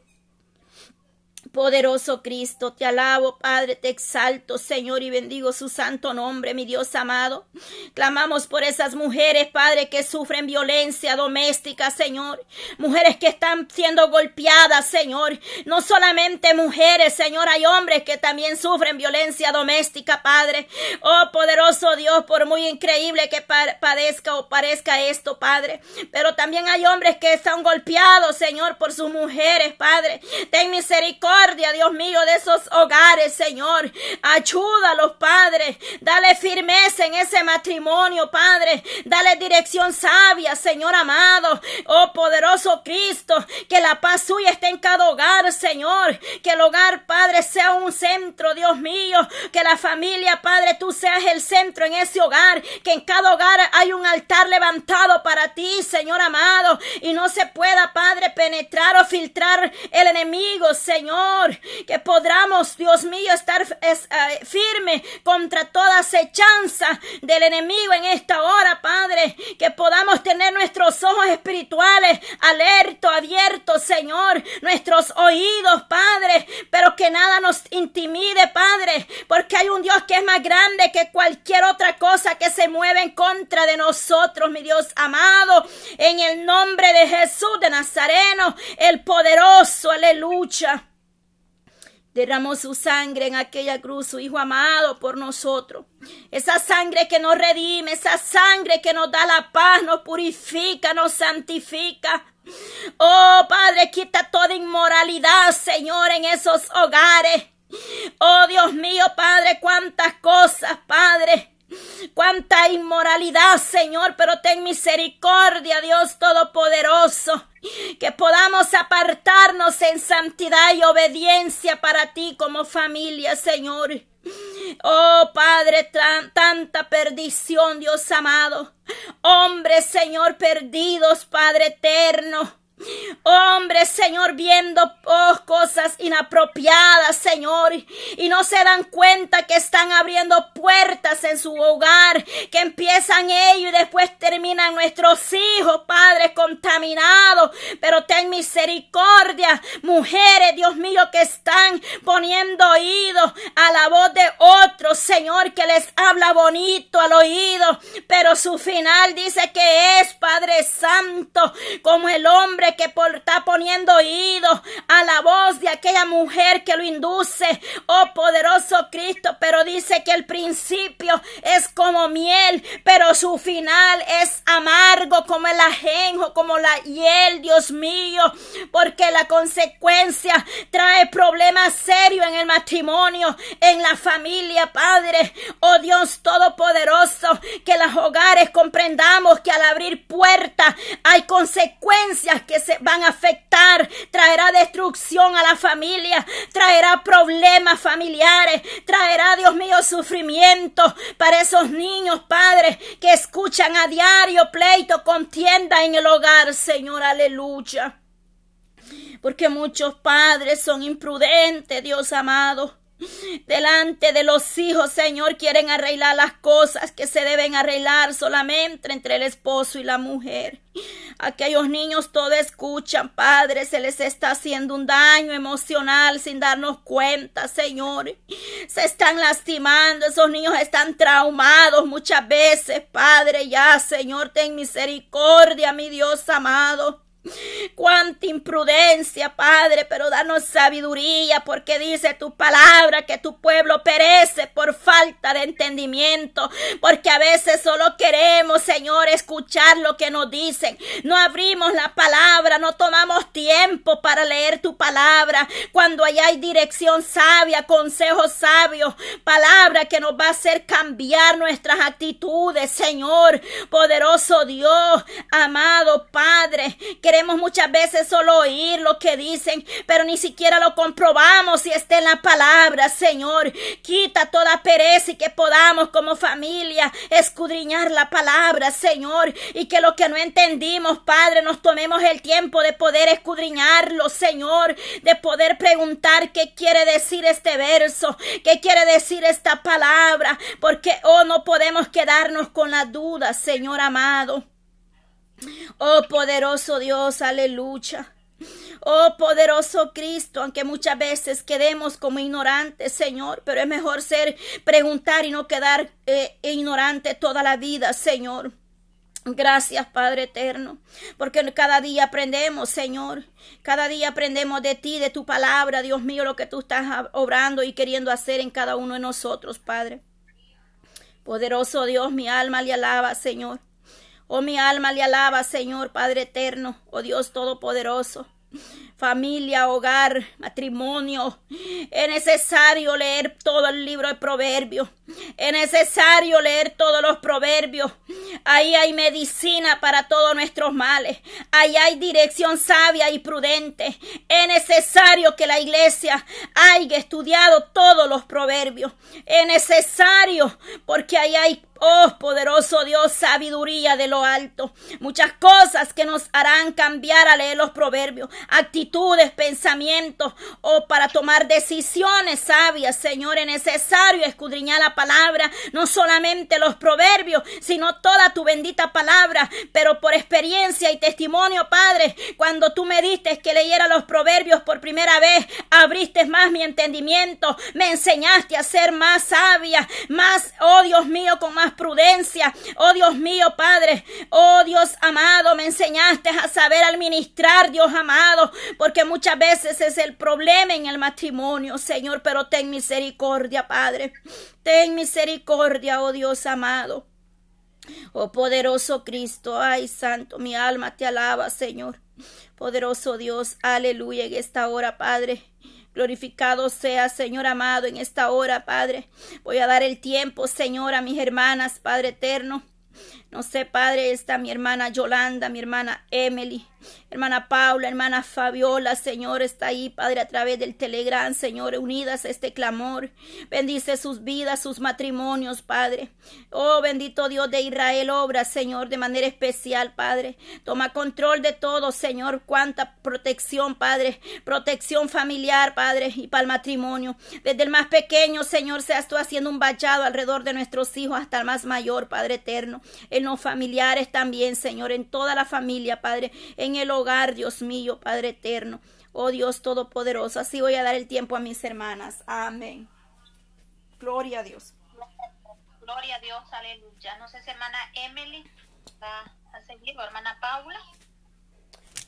Poderoso Cristo, te alabo, Padre, te exalto, Señor, y bendigo su santo nombre, mi Dios amado. Clamamos por esas mujeres, Padre, que sufren violencia doméstica, Señor. Mujeres que están siendo golpeadas, Señor. No solamente mujeres, Señor, hay hombres que también sufren violencia doméstica, Padre. Oh, poderoso Dios, por muy increíble que padezca o parezca esto, Padre. Pero también hay hombres que están golpeados, Señor, por sus mujeres, Padre. Ten misericordia, Dios mío, de esos hogares, Señor. Ayúdalos, Padre. Dale firmeza en ese matrimonio, Padre. Dale dirección sabia, Señor amado. Oh, poderoso Cristo, que la paz suya esté en cada hogar, Señor. Que el hogar, Padre, sea un centro, Dios mío. Que la familia, Padre, tú seas el centro en ese hogar. Que en cada hogar hay un altar levantado para ti, Señor amado. Y no se pueda, Padre, penetrar o filtrar el enemigo, Señor. Que podamos, Dios mío, estar es, uh, firme contra toda acechanza del enemigo en esta hora, Padre. Que podamos tener nuestros ojos espirituales alertos, abiertos, Señor. Nuestros oídos, Padre. Pero que nada nos intimide, Padre. Porque hay un Dios que es más grande que cualquier otra cosa que se mueve en contra de nosotros, mi Dios amado. En el nombre de Jesús de Nazareno, el poderoso, aleluya. Derramó su sangre en aquella cruz, su Hijo amado, por nosotros. Esa sangre que nos redime, esa sangre que nos da la paz, nos purifica, nos santifica. Oh, Padre, quita toda inmoralidad, Señor, en esos hogares. Oh, Dios mío, Padre, cuántas cosas, Padre. Cuánta inmoralidad, Señor, pero ten misericordia, Dios Todopoderoso, que podamos apartarnos en santidad y obediencia para ti como familia, Señor. Oh, Padre, tanta perdición, Dios amado. Hombres, Señor, perdidos, Padre eterno. Hombres, Señor, viendo oh, cosas inapropiadas, Señor, y no se dan cuenta que están abriendo puertas en su hogar, que empiezan ellos y después terminan nuestros hijos, Padre, contaminados. Pero ten misericordia, mujeres, Dios mío, que están poniendo oído a la voz de otros, Señor, que les habla bonito al oído, pero su final dice que es, Padre Santo, como el hombre hombre que por, está poniendo oído a la voz de aquella mujer que lo induce, oh poderoso Cristo, pero dice que el principio es como miel, pero su final es amargo como el ajenjo, como la hiel, Dios mío, porque la consecuencia trae problemas serios en el matrimonio, en la familia, Padre. Oh Dios Todopoderoso, que los hogares comprendamos que al abrir puertas hay consecuencias que se van a afectar, traerá destrucción a la familia, traerá problemas familiares, traerá, Dios mío, sufrimiento para esos niños, Padre, que escuchan a diario pleito, contienda en el hogar, Señor, aleluya. Porque muchos padres son imprudentes, Dios amado. Delante de los hijos, Señor, quieren arreglar las cosas que se deben arreglar solamente entre el esposo y la mujer. Aquellos niños todo escuchan, Padre, se les está haciendo un daño emocional sin darnos cuenta, Señor. Se están lastimando, esos niños están traumados muchas veces, Padre, ya, Señor, ten misericordia, mi Dios amado. Cuánta imprudencia, Padre, pero danos sabiduría, porque dice tu palabra que tu pueblo perece por falta de entendimiento, porque a veces solo queremos, Señor, escuchar lo que nos dicen. No abrimos la palabra, no tomamos tiempo para leer tu palabra, cuando allá hay dirección sabia, consejos sabios, palabra que nos va a hacer cambiar nuestras actitudes, Señor, poderoso Dios, amado Padre. Queremos muchas veces solo oír lo que dicen, pero ni siquiera lo comprobamos si está en la palabra, Señor. Quita toda pereza y que podamos como familia escudriñar la palabra, Señor, y que lo que no entendimos, Padre, nos tomemos el tiempo de poder escudriñarlo, Señor, de poder preguntar qué quiere decir este verso, qué quiere decir esta palabra, porque oh, no podemos quedarnos con las dudas, Señor amado. Oh poderoso Dios, aleluya. Oh poderoso Cristo, aunque muchas veces quedemos como ignorantes, Señor, pero es mejor ser, preguntar y no quedar eh, ignorante toda la vida, Señor. Gracias, Padre eterno, porque cada día aprendemos, Señor. Cada día aprendemos de ti, de tu palabra, Dios mío, lo que tú estás obrando y queriendo hacer en cada uno de nosotros, Padre. Poderoso Dios, mi alma le alaba, Señor. Oh, mi alma le alaba, Señor, Padre eterno, oh Dios todopoderoso. Familia, hogar, matrimonio. Es necesario leer todo el libro de Proverbios. Es necesario leer todos los proverbios. Ahí hay medicina para todos nuestros males. Ahí hay dirección sabia y prudente. Es necesario que la iglesia haya estudiado todos los proverbios. Es necesario porque ahí hay, oh poderoso Dios, sabiduría de lo alto. Muchas cosas que nos harán cambiar a leer los proverbios. Actitudes, pensamientos, oh, para tomar decisiones sabias, Señor. Es necesario escudriñar la palabra, no solamente los proverbios, sino toda tu bendita palabra. Pero por experiencia y testimonio, Padre, cuando tú me diste que leyera los proverbios por primera vez, abriste más mi entendimiento, me enseñaste a ser más sabia, más, oh Dios mío, con más prudencia. Oh Dios mío, Padre, oh Dios amado, me enseñaste a saber administrar, Dios amado, porque muchas veces es el problema en el matrimonio, Señor, pero ten misericordia, Padre. Ten misericordia, oh Dios amado. Oh poderoso Cristo, ay santo, mi alma te alaba, Señor. Poderoso Dios, aleluya, en esta hora, Padre. Glorificado sea, Señor amado, en esta hora, Padre. Voy a dar el tiempo, Señor, a mis hermanas, Padre eterno. No sé, Padre, está mi hermana Yolanda, mi hermana Emily, hermana Paula, hermana Fabiola, Señor, está ahí, Padre, a través del Telegram, Señor, unidas a este clamor. Bendice sus vidas, sus matrimonios, Padre. Oh, bendito Dios de Israel, obra, Señor, de manera especial, Padre. Toma control de todo, Señor. Cuánta protección, Padre. Protección familiar, Padre, y para el matrimonio. Desde el más pequeño, Señor, seas tú haciendo un vallado alrededor de nuestros hijos hasta el más mayor, Padre eterno. En los familiares también, Señor, en toda la familia, Padre, en el hogar, Dios mío, Padre eterno. Oh Dios todopoderoso, así voy a dar el tiempo a mis hermanas. Amén. Gloria a Dios. Gloria a Dios, aleluya. No sé si hermana Emily va a seguir o hermana Paula. Gloria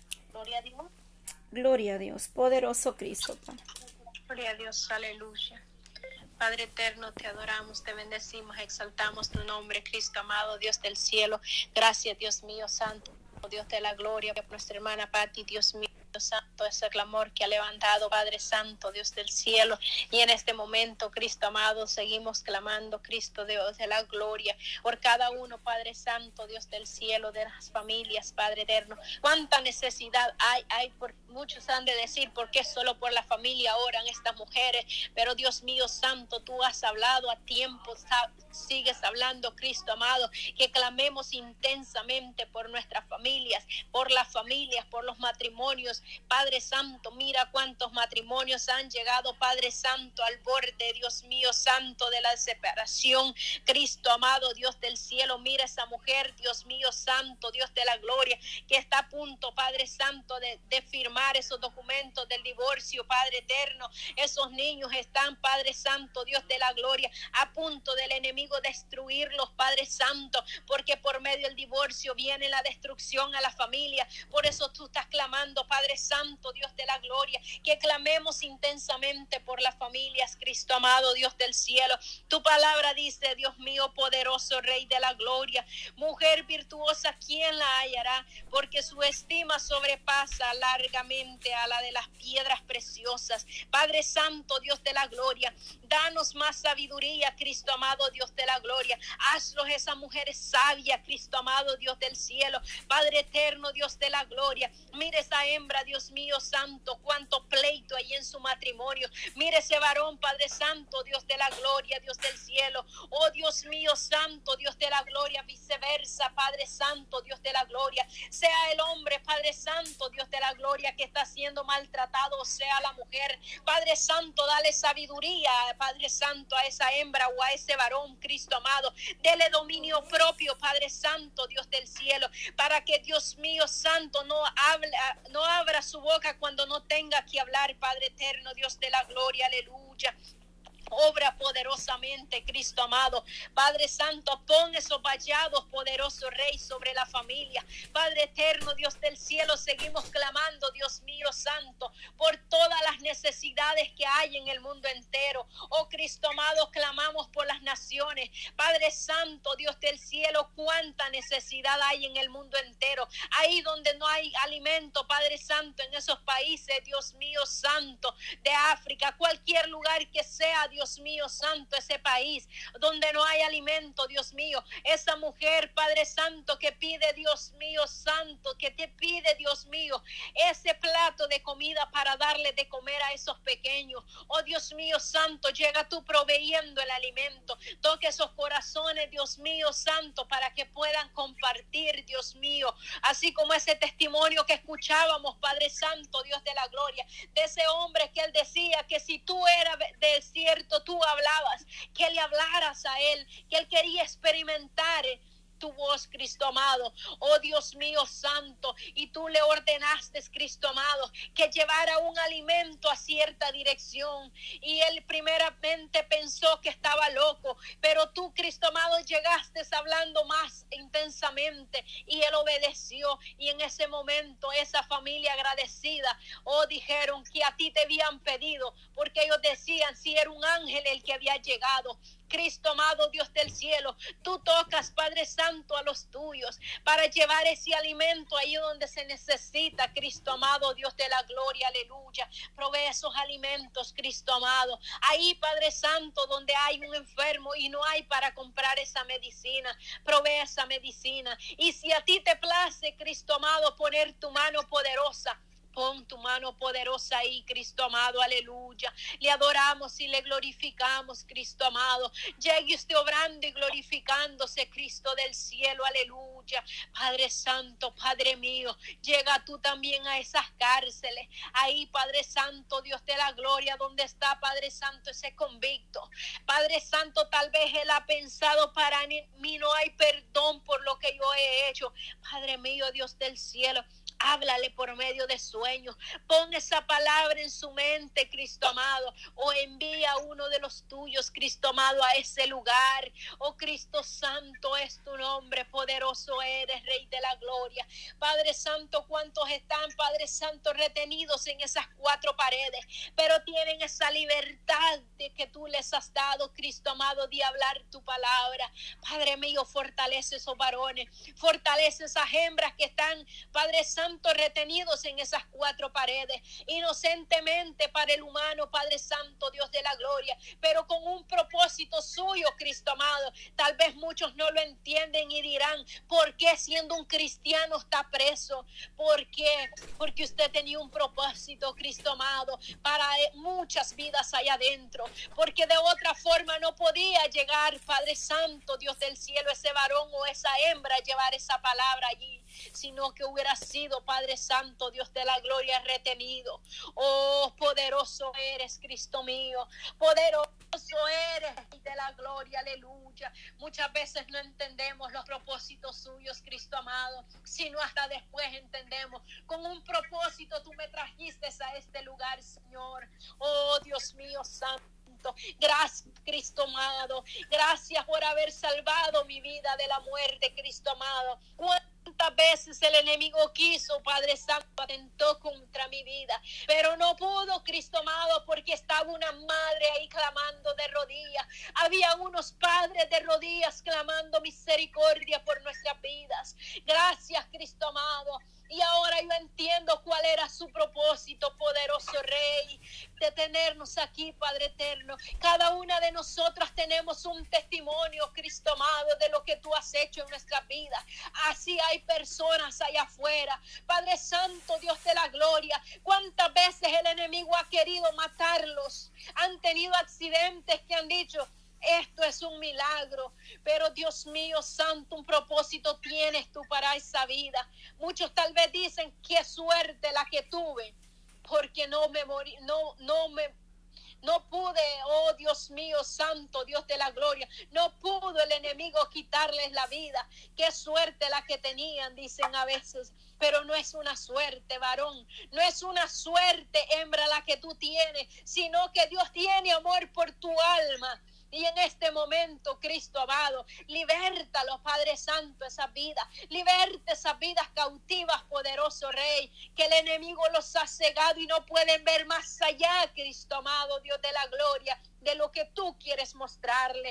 Gloria a Dios. Gloria a Dios. Poderoso Cristo, Padre. Gloria a Dios, aleluya. Padre eterno, te adoramos, te bendecimos, exaltamos tu nombre, Cristo amado, Dios del cielo. Gracias, Dios mío santo, Dios de la gloria, por nuestra hermana Pati, Dios mío santo, ese clamor que ha levantado, Padre santo, Dios del cielo. Y en este momento, Cristo amado, seguimos clamando, Cristo Dios de la gloria, por cada uno, Padre santo, Dios del cielo, de las familias, Padre eterno. Cuánta necesidad hay, hay por, muchos han de decir, ¿por qué solo por la familia oran estas mujeres? Pero Dios mío santo, tú has hablado a tiempo, sigues hablando, Cristo amado, que clamemos intensamente por nuestras familias, por las familias, por los matrimonios. Padre santo, mira cuántos matrimonios han llegado, Padre santo, al borde, Dios mío santo, de la separación. Cristo amado, Dios del cielo, mira esa mujer, Dios mío santo, Dios de la gloria, que está a punto, Padre santo, de, de firmar esos documentos del divorcio, Padre eterno. Esos niños están, Padre santo, Dios de la gloria, a punto del enemigo destruirlos, Padre santo, porque por medio del divorcio viene la destrucción a la familia. Por eso tú estás clamando, Padre santo, Dios de la gloria, que clamemos intensamente por las familias, Cristo amado, Dios del cielo. Tu palabra dice, Dios mío poderoso, Rey de la gloria, mujer virtuosa, ¿quién la hallará? Porque su estima sobrepasa largamente a la de las piedras preciosas. Padre santo, Dios de la gloria, danos más sabiduría, Cristo amado, Dios de la gloria. Hazlos esa mujer sabia, Cristo amado, Dios del cielo. Padre eterno, Dios de la gloria, mire esa hembra, Dios mío santo, cuánto pleito hay en su matrimonio. Mire ese varón, Padre santo, Dios de la gloria, Dios del cielo. Oh Dios mío santo, Dios de la gloria, viceversa, Padre santo, Dios de la gloria. Sea el hombre, Padre santo, Dios de la gloria, que está siendo maltratado, o sea la mujer. Padre santo, dale sabiduría, Padre santo, a esa hembra o a ese varón, Cristo amado. Dele dominio propio, Padre santo, Dios del cielo, para que Dios mío santo no habla, no abra su boca cuando no tenga que hablar, Padre eterno, Dios de la gloria, aleluya. Obra poderosamente, Cristo amado. Padre santo, pon esos vallados, poderoso Rey, sobre la familia. Padre eterno, Dios del cielo, seguimos clamando, Dios mío santo, por todas las necesidades que hay en el mundo entero. Oh Cristo amado, clamamos por las naciones. Padre santo, Dios del cielo, cuánta necesidad hay en el mundo entero. Ahí donde no hay alimento, Padre santo, en esos países, Dios mío santo, de África, cualquier lugar que sea, Dios Dios mío santo, ese país donde no hay alimento, Dios mío, esa mujer, Padre santo, que pide, Dios mío santo, que te pide, Dios mío, ese plato de comida para darle de comer a esos pequeños. Oh Dios mío santo, llega tú proveyendo el alimento. Toque esos corazones, Dios mío santo, para que puedan compartir, Dios mío, así como ese testimonio que escuchábamos, Padre santo, Dios de la gloria, de ese hombre que él decía que si tú eras del cierto, tú hablabas, que le hablaras a él, que él quería experimentar tu voz, Cristo amado. Oh Dios mío santo, y tú le ordenaste, Cristo amado, que llevara un alimento a cierta dirección, y él primeramente pensó que estaba loco, pero tú, Cristo amado, llegaste hablando más intensamente y él obedeció. Y en ese momento esa familia agradecida, oh, dijeron que a ti te habían pedido, porque ellos decían si era un ángel el que había llegado. Cristo amado, Dios del cielo, tú tocas, Padre santo, a los tuyos para llevar ese alimento ahí donde se necesita, Cristo amado, Dios de la gloria, aleluya. Provee esos alimentos, Cristo amado, ahí, Padre santo, donde hay un enfermo y no hay para comprar esa medicina, provee esa medicina. Y si a ti te place, Cristo amado, poner tu mano poderosa, pon tu mano poderosa ahí, Cristo amado, aleluya. Le adoramos y le glorificamos, Cristo amado. Llegue usted obrando y glorificándose, Cristo del cielo, aleluya. Padre santo, Padre mío, llega tú también a esas cárceles. Ahí, Padre santo, Dios de la gloria, donde está, Padre santo, ese convicto. Padre santo, tal vez él ha pensado, para mí no hay perdón por lo que yo he hecho. Padre mío, Dios del cielo, Háblale por medio de sueños. Pon esa palabra en su mente, Cristo amado. O envía a uno de los tuyos, Cristo amado, a ese lugar. Oh Cristo Santo es tu nombre. Poderoso eres, Rey de la gloria. Padre Santo, ¿cuántos están, Padre Santo, retenidos en esas cuatro paredes? Pero tienen esa libertad de que tú les has dado, Cristo amado, de hablar tu palabra. Padre mío, fortalece esos varones. Fortalece esas hembras que están, Padre Santo, retenidos en esas cuatro paredes, inocentemente para el humano, Padre Santo, Dios de la gloria, pero con un propósito suyo, Cristo amado. Tal vez muchos no lo entienden y dirán, ¿por qué siendo un cristiano está preso? ¿Por qué? Porque usted tenía un propósito, Cristo amado, para muchas vidas allá adentro, porque de otra forma no podía llegar, Padre Santo, Dios del cielo, ese varón o esa hembra a llevar esa palabra allí, sino que hubiera sido, Padre Santo, Dios de la gloria, retenido. Oh, poderoso eres, Cristo mío, poderoso eres de la gloria, aleluya. Muchas veces no entendemos los propósitos suyos, Cristo amado, sino hasta después entendemos. Con un propósito tú me trajiste a este lugar, Señor. Oh, Dios mío santo, gracias, Cristo amado, gracias por haber salvado mi vida de la muerte, Cristo amado. ¿Cuántas veces el enemigo quiso, Padre Santo, atentó contra mi vida, pero no pudo, Cristo amado, porque estaba una madre ahí clamando de rodillas, había unos padres de rodillas clamando misericordia por nuestras vidas. Gracias, Cristo amado. Y ahora yo entiendo cuál era su propósito, poderoso Rey, de tenernos aquí, Padre eterno. Cada una de nosotras tenemos un testimonio, Cristo amado, de lo que tú has hecho en nuestra vida. Así hay personas allá afuera, Padre Santo, Dios de la gloria. ¿Cuántas veces el enemigo ha querido matarlos? Han tenido accidentes que han dicho, esto es un milagro, pero Dios mío santo, un propósito tienes tú para esa vida. Muchos tal vez dicen, qué suerte la que tuve, porque no me morí, no, no me No pude, oh Dios mío santo, Dios de la gloria, no pudo el enemigo quitarles la vida. Qué suerte la que tenían, dicen a veces, pero no es una suerte, varón, no es una suerte, hembra, la que tú tienes, sino que Dios tiene amor por tu alma. Y en este momento, Cristo amado, libértalo, Padre Santo, esas vidas, liberta esas vidas cautivas, poderoso Rey, que el enemigo los ha cegado y no pueden ver más allá, Cristo amado, Dios de la gloria, de lo que tú quieres mostrarle.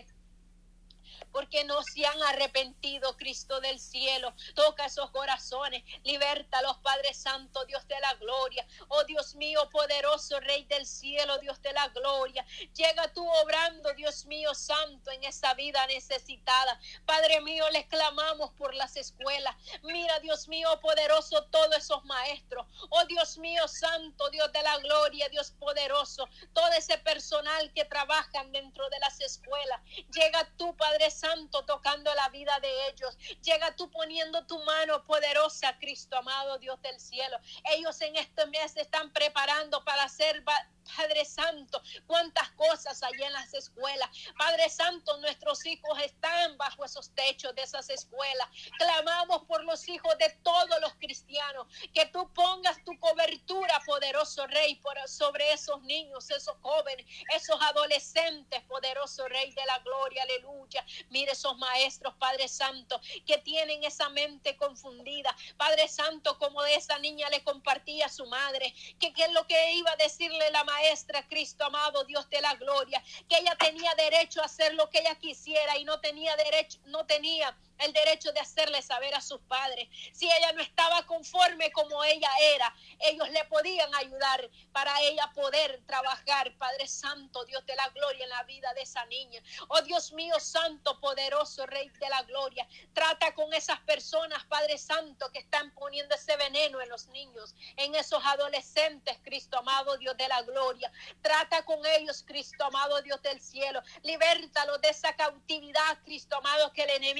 Porque no se han arrepentido, Cristo del cielo. Toca esos corazones, libértalos, Padre Santo, Dios de la gloria. Oh Dios mío, poderoso Rey del cielo, Dios de la gloria. Llega tú obrando, Dios mío santo, en esa vida necesitada. Padre mío, les clamamos por las escuelas. Mira, Dios mío, poderoso, todos esos maestros. Oh Dios mío santo, Dios de la gloria, Dios poderoso. Todo ese personal que trabajan dentro de las escuelas. Llega tú, Padre Santo, tocando la vida de ellos. Llega tú poniendo tu mano poderosa, Cristo amado, Dios del cielo. Ellos en este mes están preparando para hacer, Padre Santo, cuántas cosas hay en las escuelas. Padre Santo, nuestros hijos están bajo esos techos de esas escuelas. Clamamos por los hijos de todos los cristianos, que tú pongas tu cobertura, poderoso Rey, por, sobre esos niños, esos jóvenes, esos adolescentes, poderoso Rey de la gloria, aleluya. Mire esos maestros, Padre Santo, que tienen esa mente confundida. Padre Santo, como de esa niña le compartía a su madre, que qué es lo que iba a decirle la maestra, Cristo amado, Dios de la gloria, que ella tenía derecho a hacer lo que ella quisiera y no tenía derecho, no tenía el derecho de hacerle saber a sus padres. Si ella no estaba conforme como ella era, ellos le podían ayudar para ella poder trabajar, Padre Santo, Dios de la gloria, en la vida de esa niña. Oh Dios mío santo, poderoso Rey de la gloria, trata con esas personas, Padre Santo, que están poniendo ese veneno en los niños, en esos adolescentes, Cristo amado, Dios de la gloria. Trata con ellos, Cristo amado, Dios del cielo. Libértalos de esa cautividad, Cristo amado, que el enemigo les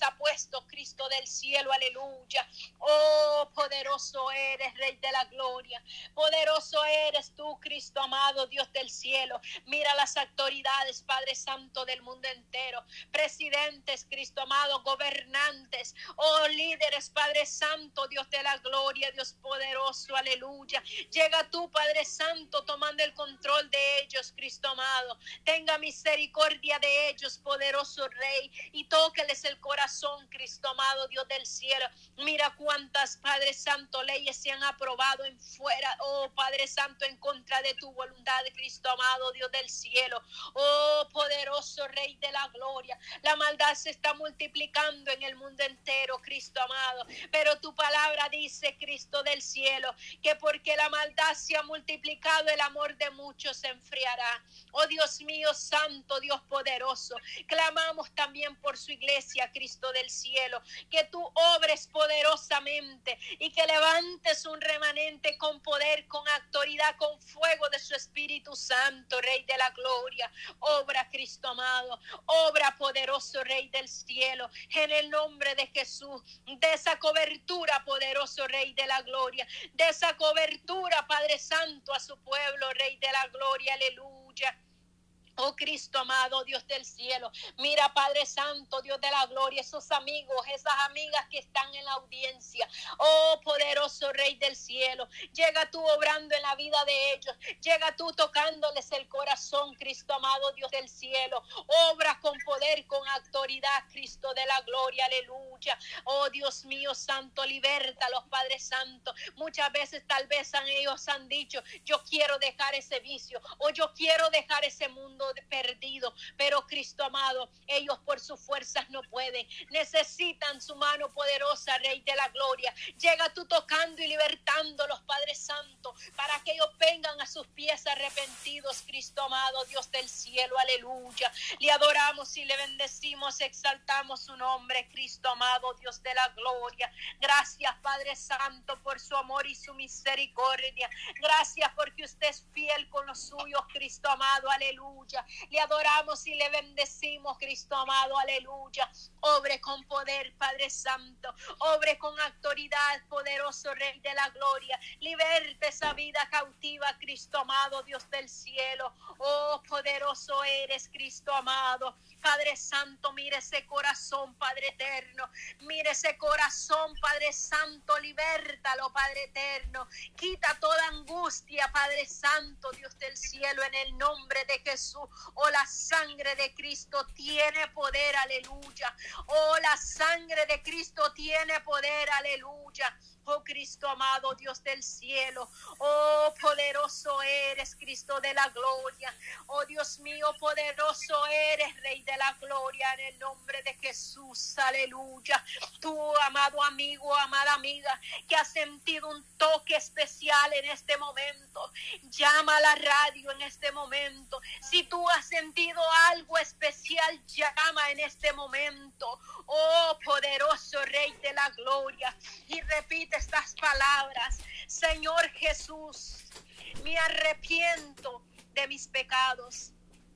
ha puesto, Cristo del cielo, aleluya. Oh, poderoso eres, Rey de la gloria. Poderoso eres tú, Cristo amado, Dios del cielo. Mira las autoridades, Padre Santo del mundo entero. Presidentes, Cristo amado, gobernantes, oh líderes, Padre Santo, Dios de la gloria, Dios poderoso, aleluya. Llega tú, Padre Santo, tomando el control de ellos, Cristo amado. Tenga misericordia de ellos, poderoso Rey, y tóqueles el corazón, Cristo amado, Dios del cielo. Mira cuántas, Padre Santo, leyes se han aprobado en fuera, oh Padre Santo, en contra de tu voluntad, Cristo amado, Dios del cielo. Oh poderoso Rey de la gloria, la maldad se está multiplicando en el mundo entero, Cristo amado, pero tu palabra dice, Cristo del cielo, que porque la maldad se ha multiplicado, el amor de muchos se enfriará. Oh Dios mío santo, Dios poderoso, clamamos también por su iglesia, Cristo del cielo, que tú obres poderosamente y que levantes un remanente con poder, con autoridad, con fuego de su Espíritu Santo, Rey de la gloria. Obra, Cristo amado, obra, poderoso Rey del cielo, en el nombre de Jesús. De esa cobertura, poderoso Rey de la gloria, de esa cobertura, Padre Santo, a su pueblo, Rey de la gloria, aleluya. Oh Cristo amado, Dios del cielo, mira Padre Santo, Dios de la gloria, esos amigos, esas amigas que están en la audiencia. Oh poderoso Rey del cielo, llega tú obrando en la vida de ellos, llega tú tocándoles el corazón, Cristo amado, Dios del cielo. Obra con poder, con autoridad, Cristo de la gloria, aleluya. Oh Dios mío santo, libértalos, Padre Santo. Muchas veces tal vez han, ellos han dicho, yo quiero dejar ese vicio, o yo quiero dejar ese mundo perdido, pero Cristo amado, ellos por sus fuerzas no pueden, necesitan su mano poderosa, Rey de la gloria. Llega tú tocando y libertándolos, Padre Santo, para que ellos vengan a sus pies arrepentidos, Cristo amado, Dios del cielo, aleluya. Le adoramos y le bendecimos, exaltamos su nombre, Cristo amado, Dios de la gloria. Gracias, Padre Santo, por su amor y su misericordia. Gracias porque usted es fiel con los suyos, Cristo amado, aleluya. Le adoramos y le bendecimos, Cristo amado, aleluya. Obre con poder, Padre Santo, obre con autoridad, poderoso Rey de la gloria. Liberte esa vida cautiva, Cristo amado, Dios del cielo. Oh, poderoso eres, Cristo amado. Padre Santo, mire ese corazón, Padre eterno. Mire ese corazón, Padre Santo, libértalo, Padre eterno. Quita toda angustia, Padre Santo, Dios del cielo, en el nombre de Jesús. Oh, la sangre de Cristo tiene poder, aleluya. Oh, la sangre de Cristo tiene poder, aleluya. Oh Cristo amado, Dios del cielo. Oh poderoso eres, Cristo de la gloria. Oh Dios mío, poderoso eres, Rey de la gloria, en el nombre de Jesús, aleluya. Tú, amado amigo, amada amiga, que has sentido un toque especial en este momento, llama a la radio en este momento. Si tú has sentido algo especial, llama en este momento. Oh poderoso Rey de la gloria, y repite estas palabras: Señor Jesús, me arrepiento de mis pecados.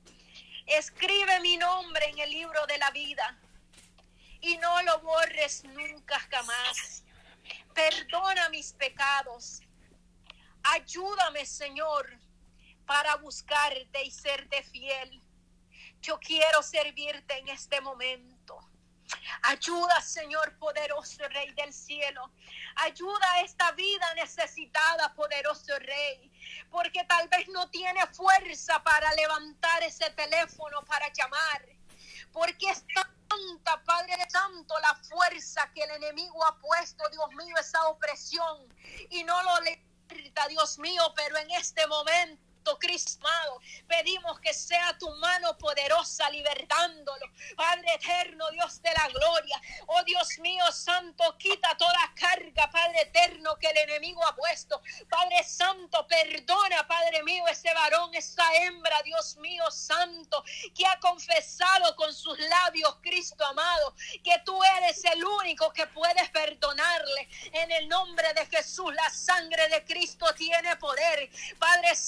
Escribe mi nombre en el libro de la vida y no lo borres nunca jamás. Perdona mis pecados. Ayúdame, Señor, para buscarte y serte fiel. Yo quiero servirte en este momento. Ayuda, Señor poderoso Rey del cielo. Ayuda a esta vida necesitada, poderoso Rey, porque tal vez no tiene fuerza para levantar ese teléfono para llamar, porque es tanta, Padre Santo, la fuerza que el enemigo ha puesto, Dios mío, esa opresión, y no lo liberta, Dios mío. Pero en este momento, Cristo amado, pedimos que sea tu mano poderosa libertándolo, Padre eterno, Dios de la gloria. Oh Dios mío santo, quita toda carga, Padre eterno, que el enemigo ha puesto. Padre santo, perdona, Padre mío, ese varón, esa hembra, Dios mío santo, que ha confesado con sus labios, Cristo amado, que tú eres el único que puedes perdonarle. En el nombre de Jesús, la sangre de Cristo tiene poder, Padre santo.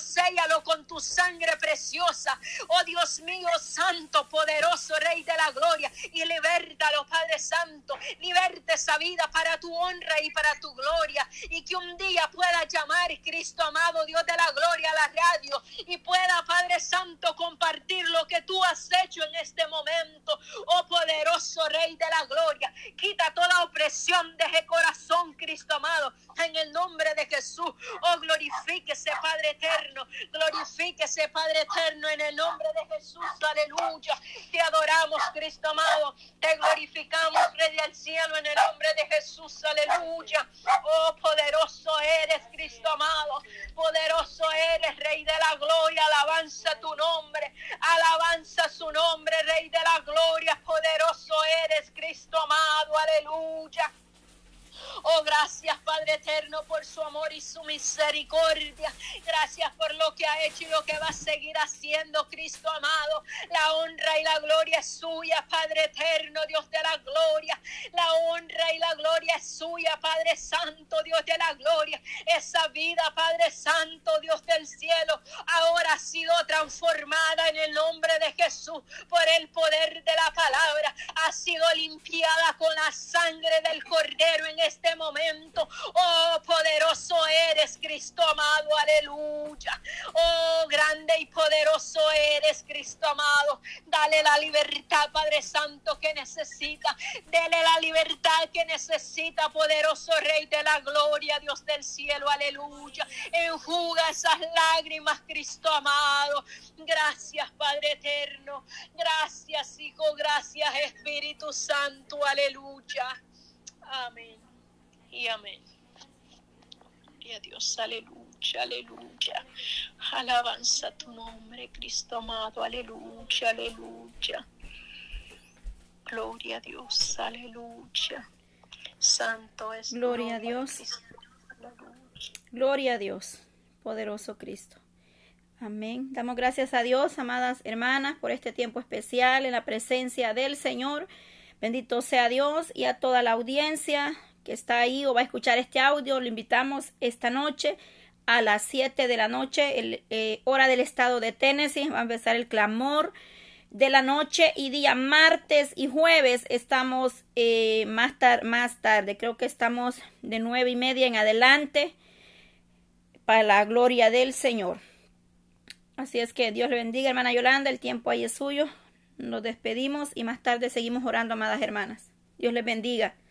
séllalo con tu sangre preciosa. Oh Dios mío, santo, poderoso Rey de la gloria, y libértalo, Padre Santo. Liberta esa vida para tu honra y para tu gloria, y que un día pueda llamar, Cristo amado, Dios de la gloria, a la radio, y pueda, Padre Santo, compartir lo que tú has hecho en este momento. Oh poderoso Rey de la gloria, quita toda opresión de ese corazón, Cristo amado, en el nombre de Jesús. Oh, glorifíquese, Padre eterno, glorifíquese, Padre eterno, en el nombre de Jesús. Aleluya. Te adoramos, Cristo amado, te glorificamos, Rey del cielo, en el nombre de Jesús. Aleluya. Oh, poderoso eres, Cristo amado, poderoso eres, Rey de la gloria. Alabanza tu nombre, alabanza su nombre, Rey de la gloria. Poderoso eres, Cristo amado. Aleluya. Oh, gracias, Padre eterno, por su amor y su misericordia. Gracias por lo que ha hecho y lo que va a seguir haciendo, Cristo amado. La honra y la gloria es suya, Padre eterno, Dios de la gloria. La honra y la gloria es suya, Padre santo, Dios de la gloria. Esa vida, Padre santo, Dios del cielo, ahora ha sido transformada en el nombre de Jesús por el poder de la palabra. Ha sido limpiada con la sangre del Cordero en este momento. Oh, poderoso eres, Cristo amado. Aleluya. Oh, grande y poderoso eres, Cristo amado. Dale la libertad, Padre Santo, que necesita. Dele la libertad que necesita, poderoso Rey de la gloria, Dios del cielo. Aleluya. Enjuga esas lágrimas, Cristo amado. Gracias, Padre eterno. Gracias, Hijo. Gracias, Espíritu Santo. Aleluya. Amén y amén. Y a Dios, aleluya, aleluya. Alabanza tu nombre, Cristo amado, aleluya, aleluya. Gloria a Dios, aleluya. Santo es tu Gloria a nombre, Dios. Cristo. Aleluya. Gloria a Dios, poderoso Cristo. Amén. Damos gracias a Dios, amadas hermanas, por este tiempo especial en la presencia del Señor. Bendito sea Dios, y a toda la audiencia que está ahí o va a escuchar este audio, lo invitamos esta noche a las siete de la noche, el, eh, hora del estado de Tennessee. Va a empezar el clamor de la noche, y día martes y jueves estamos eh, más, tar más tarde, creo que estamos de nueve y media en adelante, para la gloria del Señor. Así es que Dios le bendiga, hermana Yolanda, el tiempo ahí es suyo. Nos despedimos y más tarde seguimos orando, amadas hermanas. Dios les bendiga.